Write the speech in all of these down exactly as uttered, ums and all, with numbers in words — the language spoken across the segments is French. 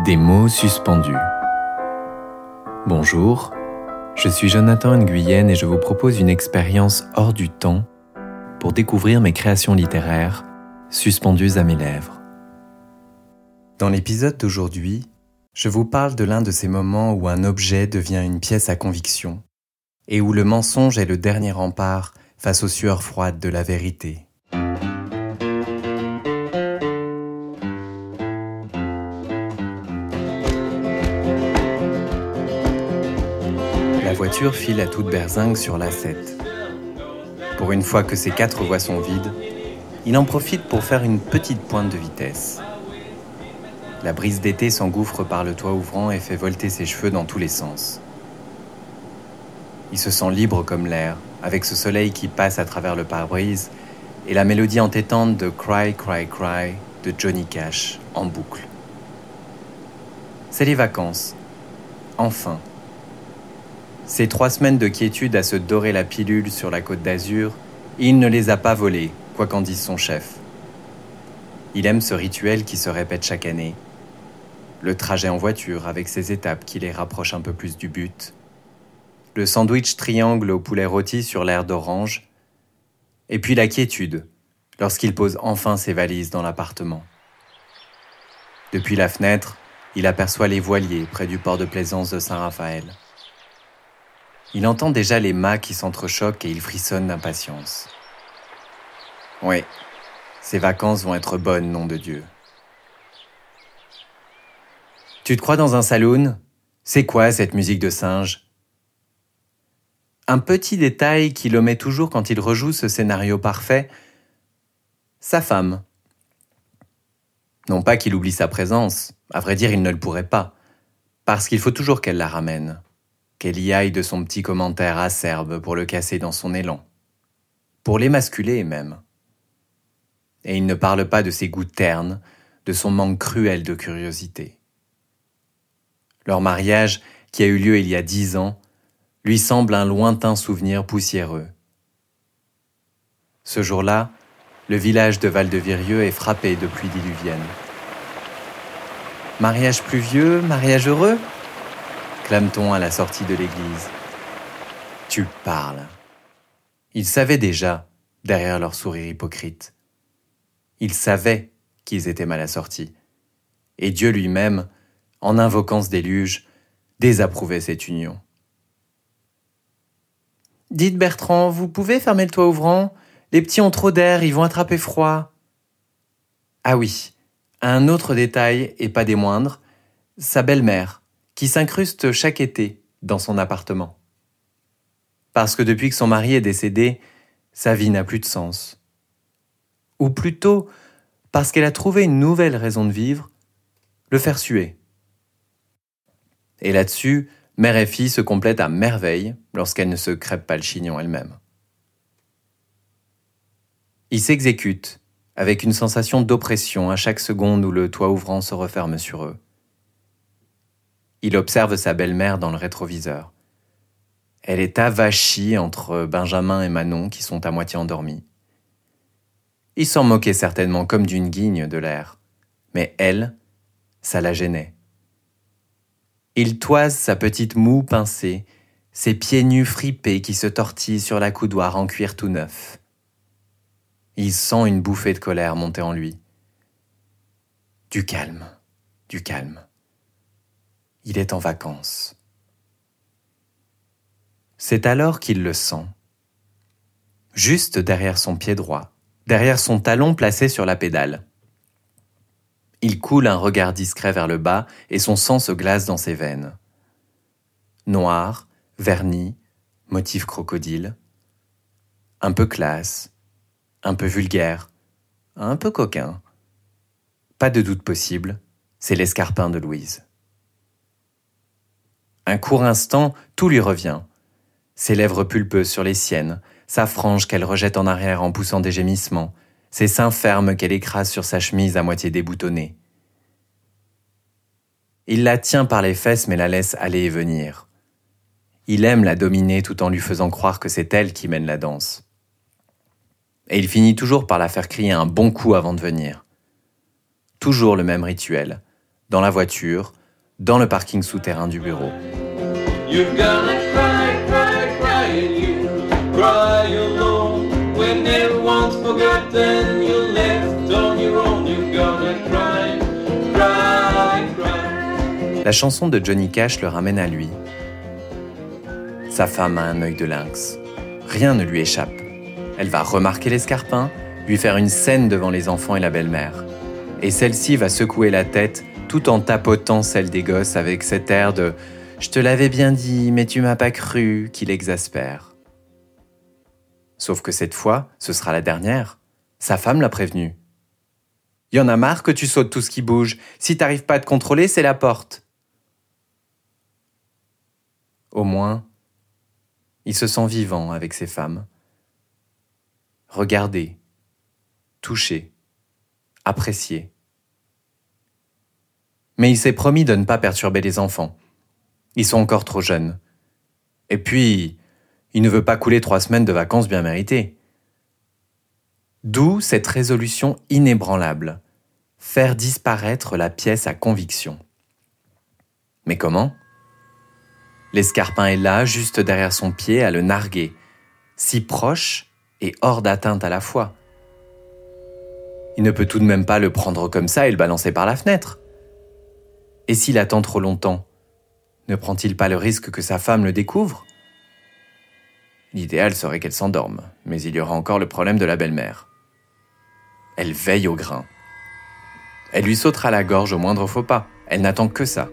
Des mots suspendus. Bonjour, je suis Jonathan Nguyen et je vous propose une expérience hors du temps pour découvrir mes créations littéraires suspendues à mes lèvres. Dans l'épisode d'aujourd'hui, je vous parle de l'un de ces moments où un objet devient une pièce à conviction et où le mensonge est le dernier rempart face aux sueurs froides de la vérité. La voiture file à toute berzingue sur l'A sept. Pour une fois que ses quatre voies sont vides, il en profite pour faire une petite pointe de vitesse. La brise d'été s'engouffre par le toit ouvrant et fait volter ses cheveux dans tous les sens. Il se sent libre comme l'air, avec ce soleil qui passe à travers le pare-brise et la mélodie entêtante de Cry, Cry, Cry de Johnny Cash en boucle. C'est les vacances. Enfin. Ces trois semaines de quiétude à se dorer la pilule sur la côte d'Azur, il ne les a pas volées, quoi qu'en dise son chef. Il aime ce rituel qui se répète chaque année. Le trajet en voiture avec ses étapes qui les rapprochent un peu plus du but. Le sandwich triangle au poulet rôti sur l'air d'orange. Et puis la quiétude, lorsqu'il pose enfin ses valises dans l'appartement. Depuis la fenêtre, il aperçoit les voiliers près du port de plaisance de Saint-Raphaël. Il entend déjà les mâts qui s'entrechoquent et il frissonne d'impatience. Oui, ces vacances vont être bonnes, nom de Dieu. Tu te crois dans un saloon ? C'est quoi cette musique de singe ? Un petit détail qu'il omet toujours quand il rejoue ce scénario parfait, sa femme. Non pas qu'il oublie sa présence, à vrai dire il ne le pourrait pas, parce qu'il faut toujours qu'elle la ramène. Qu'elle y aille de son petit commentaire acerbe pour le casser dans son élan. Pour l'émasculer même. Et il ne parle pas de ses goûts ternes, de son manque cruel de curiosité. Leur mariage, qui a eu lieu il y a dix ans, lui semble un lointain souvenir poussiéreux. Ce jour-là, le village de Val-de-Virieu est frappé de pluie diluvienne. Mariage pluvieux, mariage heureux ? Clame-t-on à la sortie de l'église. Tu parles. Ils savaient déjà, derrière leur sourire hypocrite. Ils savaient qu'ils étaient mal assortis. Et Dieu lui-même, en invoquant ce déluge, désapprouvait cette union. « Dites Bertrand, vous pouvez fermer le toit ouvrant ? Les petits ont trop d'air, ils vont attraper froid. » Ah oui, un autre détail, et pas des moindres, sa belle-mère, qui s'incruste chaque été dans son appartement. Parce que depuis que son mari est décédé, sa vie n'a plus de sens. Ou plutôt, parce qu'elle a trouvé une nouvelle raison de vivre, le faire suer. Et là-dessus, mère et fille se complètent à merveille lorsqu'elle ne se crêpent pas le chignon elle-même. Ils s'exécutent, avec une sensation d'oppression à chaque seconde où le toit ouvrant se referme sur eux. Il observe sa belle-mère dans le rétroviseur. Elle est avachie entre Benjamin et Manon qui sont à moitié endormis. Il s'en moquait certainement comme d'une guigne de l'air, mais elle, ça la gênait. Il toise sa petite moue pincée, ses pieds nus fripés qui se tortillent sur la coudoir en cuir tout neuf. Il sent une bouffée de colère monter en lui. Du calme, du calme. Il est en vacances. C'est alors qu'il le sent. Juste derrière son pied droit, derrière son talon placé sur la pédale. Il coule un regard discret vers le bas et son sang se glace dans ses veines. Noir, verni, motif crocodile. Un peu classe, un peu vulgaire, un peu coquin. Pas de doute possible, c'est l'escarpin de Louise. Un court instant, tout lui revient. Ses lèvres pulpeuses sur les siennes, sa frange qu'elle rejette en arrière en poussant des gémissements, ses seins fermes qu'elle écrase sur sa chemise à moitié déboutonnée. Il la tient par les fesses mais la laisse aller et venir. Il aime la dominer tout en lui faisant croire que c'est elle qui mène la danse. Et il finit toujours par la faire crier un bon coup avant de venir. Toujours le même rituel. Dans la voiture, dans le parking souterrain du bureau. You're gonna cry, cry, cry, and you cry alone. When everyone's forgotten, you're left on your own. You're gonna cry, cry, cry. La chanson de Johnny Cash le ramène à lui. Sa femme a un œil de lynx. Rien ne lui échappe. Elle va remarquer l'escarpin, lui faire une scène devant les enfants et la belle-mère. Et celle-ci va secouer la tête tout en tapotant celle des gosses avec cet air de « Je te l'avais bien dit, mais tu m'as pas cru » qui l'exaspère. Sauf que cette fois, ce sera la dernière. Sa femme l'a prévenu. « Y en a marre que tu sautes tout ce qui bouge. Si t'arrives pas à te contrôler, c'est la porte. » Au moins, il se sent vivant avec ses femmes. Regardé, touché, apprécié. Mais il s'est promis de ne pas perturber les enfants. Ils sont encore trop jeunes. Et puis, il ne veut pas couler trois semaines de vacances bien méritées. D'où cette résolution inébranlable, faire disparaître la pièce à conviction. Mais comment ? L'escarpin est là, juste derrière son pied, à le narguer, si proche et hors d'atteinte à la fois. Il ne peut tout de même pas le prendre comme ça et le balancer par la fenêtre. Et s'il attend trop longtemps, ne prend-il pas le risque que sa femme le découvre ? L'idéal serait qu'elle s'endorme, mais il y aura encore le problème de la belle-mère. Elle veille au grain. Elle lui sautera à la gorge au moindre faux pas. Elle n'attend que ça.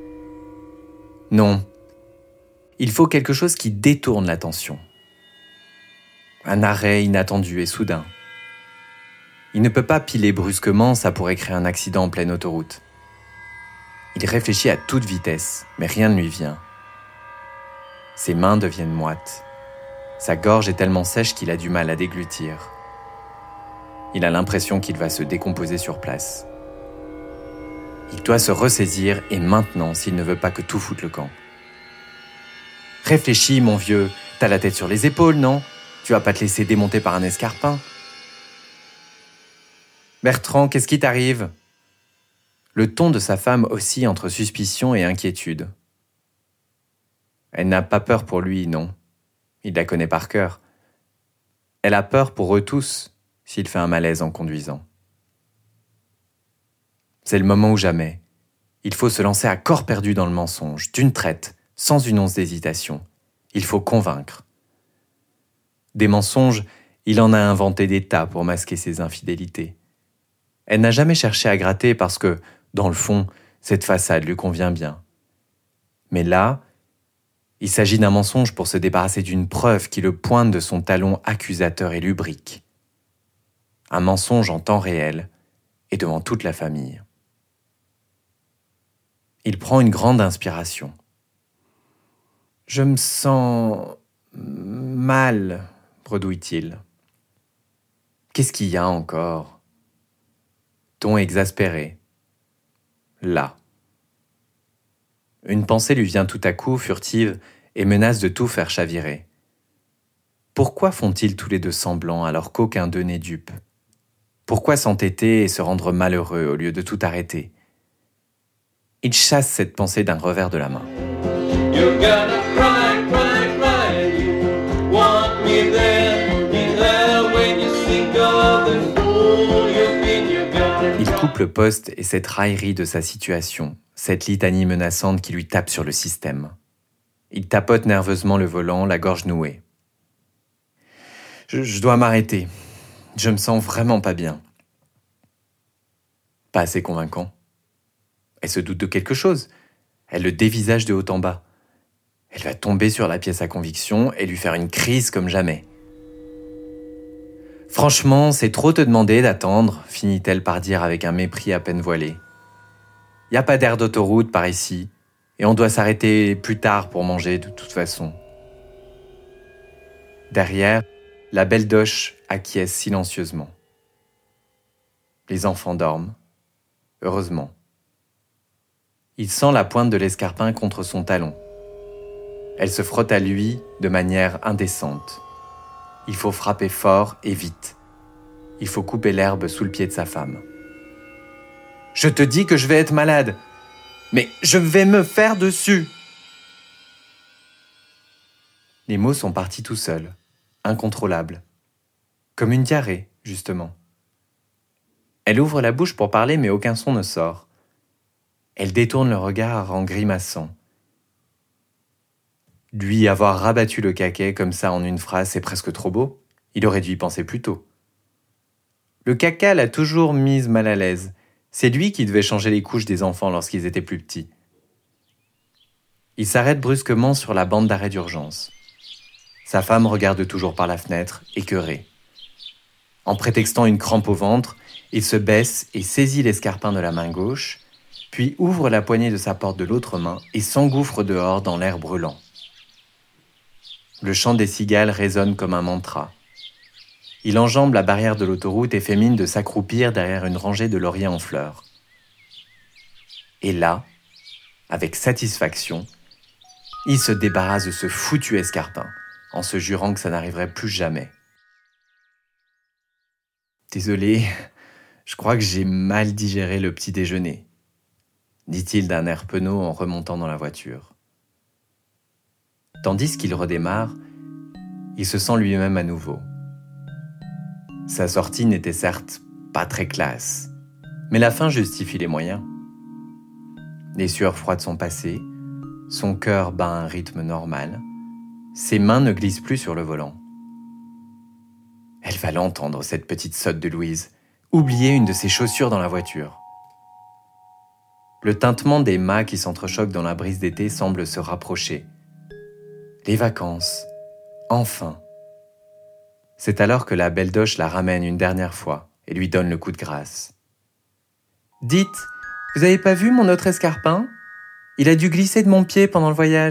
Non. Il faut quelque chose qui détourne l'attention. Un arrêt inattendu et soudain. Il ne peut pas piler brusquement, ça pourrait créer un accident en pleine autoroute. Il réfléchit à toute vitesse, mais rien ne lui vient. Ses mains deviennent moites. Sa gorge est tellement sèche qu'il a du mal à déglutir. Il a l'impression qu'il va se décomposer sur place. Il doit se ressaisir, et maintenant, s'il ne veut pas que tout foute le camp. Réfléchis, mon vieux, t'as la tête sur les épaules, non ? Tu vas pas te laisser démonter par un escarpin ? Bertrand, qu'est-ce qui t'arrive ? Le ton de sa femme oscille entre suspicion et inquiétude. Elle n'a pas peur pour lui, non. Il la connaît par cœur. Elle a peur pour eux tous s'il fait un malaise en conduisant. C'est le moment ou jamais. Il faut se lancer à corps perdu dans le mensonge, d'une traite, sans une once d'hésitation. Il faut convaincre. Des mensonges, il en a inventé des tas pour masquer ses infidélités. Elle n'a jamais cherché à gratter parce que, dans le fond, cette façade lui convient bien. Mais là, il s'agit d'un mensonge pour se débarrasser d'une preuve qui le pointe de son talon accusateur et lubrique. Un mensonge en temps réel et devant toute la famille. Il prend une grande inspiration. « Je me sens mal », bredouille-t-il. « Qu'est-ce qu'il y a encore ?» Ton exaspéré. Là. Une pensée lui vient tout à coup, furtive, et menace de tout faire chavirer. Pourquoi font-ils tous les deux semblant alors qu'aucun d'eux n'est dupe ? Pourquoi s'entêter et se rendre malheureux au lieu de tout arrêter ? Il chasse cette pensée d'un revers de la main. You're gonna cry, cry, cry, and you want me there, be there when you think of the fool you've been, you're gonna Il coupe le poste et cette raillerie de sa situation, cette litanie menaçante qui lui tape sur le système. Il tapote nerveusement le volant, la gorge nouée. Je, je dois m'arrêter. Je me sens vraiment pas bien. Pas assez convaincant. Elle se doute de quelque chose. Elle le dévisage de haut en bas. Elle va tomber sur la pièce à conviction et lui faire une crise comme jamais. Franchement, c'est trop te demander d'attendre, finit-elle par dire avec un mépris à peine voilé. Y a pas d'air d'autoroute par ici, et on doit s'arrêter plus tard pour manger de toute façon. Derrière, la belle Doche acquiesce silencieusement. Les enfants dorment, heureusement. Il sent la pointe de l'escarpin contre son talon. Elle se frotte à lui de manière indécente. Il faut frapper fort et vite. Il faut couper l'herbe sous le pied de sa femme. « Je te dis que je vais être malade !» Mais je vais me faire dessus !» Les mots sont partis tout seuls, incontrôlables. Comme une diarrhée, justement. Elle ouvre la bouche pour parler, mais aucun son ne sort. Elle détourne le regard en grimaçant. Lui avoir rabattu le caquet comme ça en une phrase, c'est presque trop beau. Il aurait dû y penser plus tôt. Le caca l'a toujours mise mal à l'aise. C'est lui qui devait changer les couches des enfants lorsqu'ils étaient plus petits. Il s'arrête brusquement sur la bande d'arrêt d'urgence. Sa femme regarde toujours par la fenêtre, écœurée. En prétextant une crampe au ventre, il se baisse et saisit l'escarpin de la main gauche, puis ouvre la poignée de sa porte de l'autre main et s'engouffre dehors dans l'air brûlant. Le chant des cigales résonne comme un mantra. Il enjambe la barrière de l'autoroute et fait mine de s'accroupir derrière une rangée de lauriers en fleurs. Et là, avec satisfaction, il se débarrasse de ce foutu escarpin, en se jurant que ça n'arriverait plus jamais. « Désolé, je crois que j'ai mal digéré le petit déjeuner, » dit-il d'un air penaud en remontant dans la voiture. Tandis qu'il redémarre, il se sent lui-même à nouveau. Sa sortie n'était certes pas très classe, mais la fin justifie les moyens. Les sueurs froides sont passées, son cœur bat un rythme normal, ses mains ne glissent plus sur le volant. Elle va l'entendre, cette petite sotte de Louise, oublier une de ses chaussures dans la voiture. Le tintement des mâts qui s'entrechoquent dans la brise d'été semble se rapprocher. Les vacances, enfin. C'est alors que la belle doche la ramène une dernière fois et lui donne le coup de grâce. « Dites, vous avez pas vu mon autre escarpin ? Il a dû glisser de mon pied pendant le voyage. »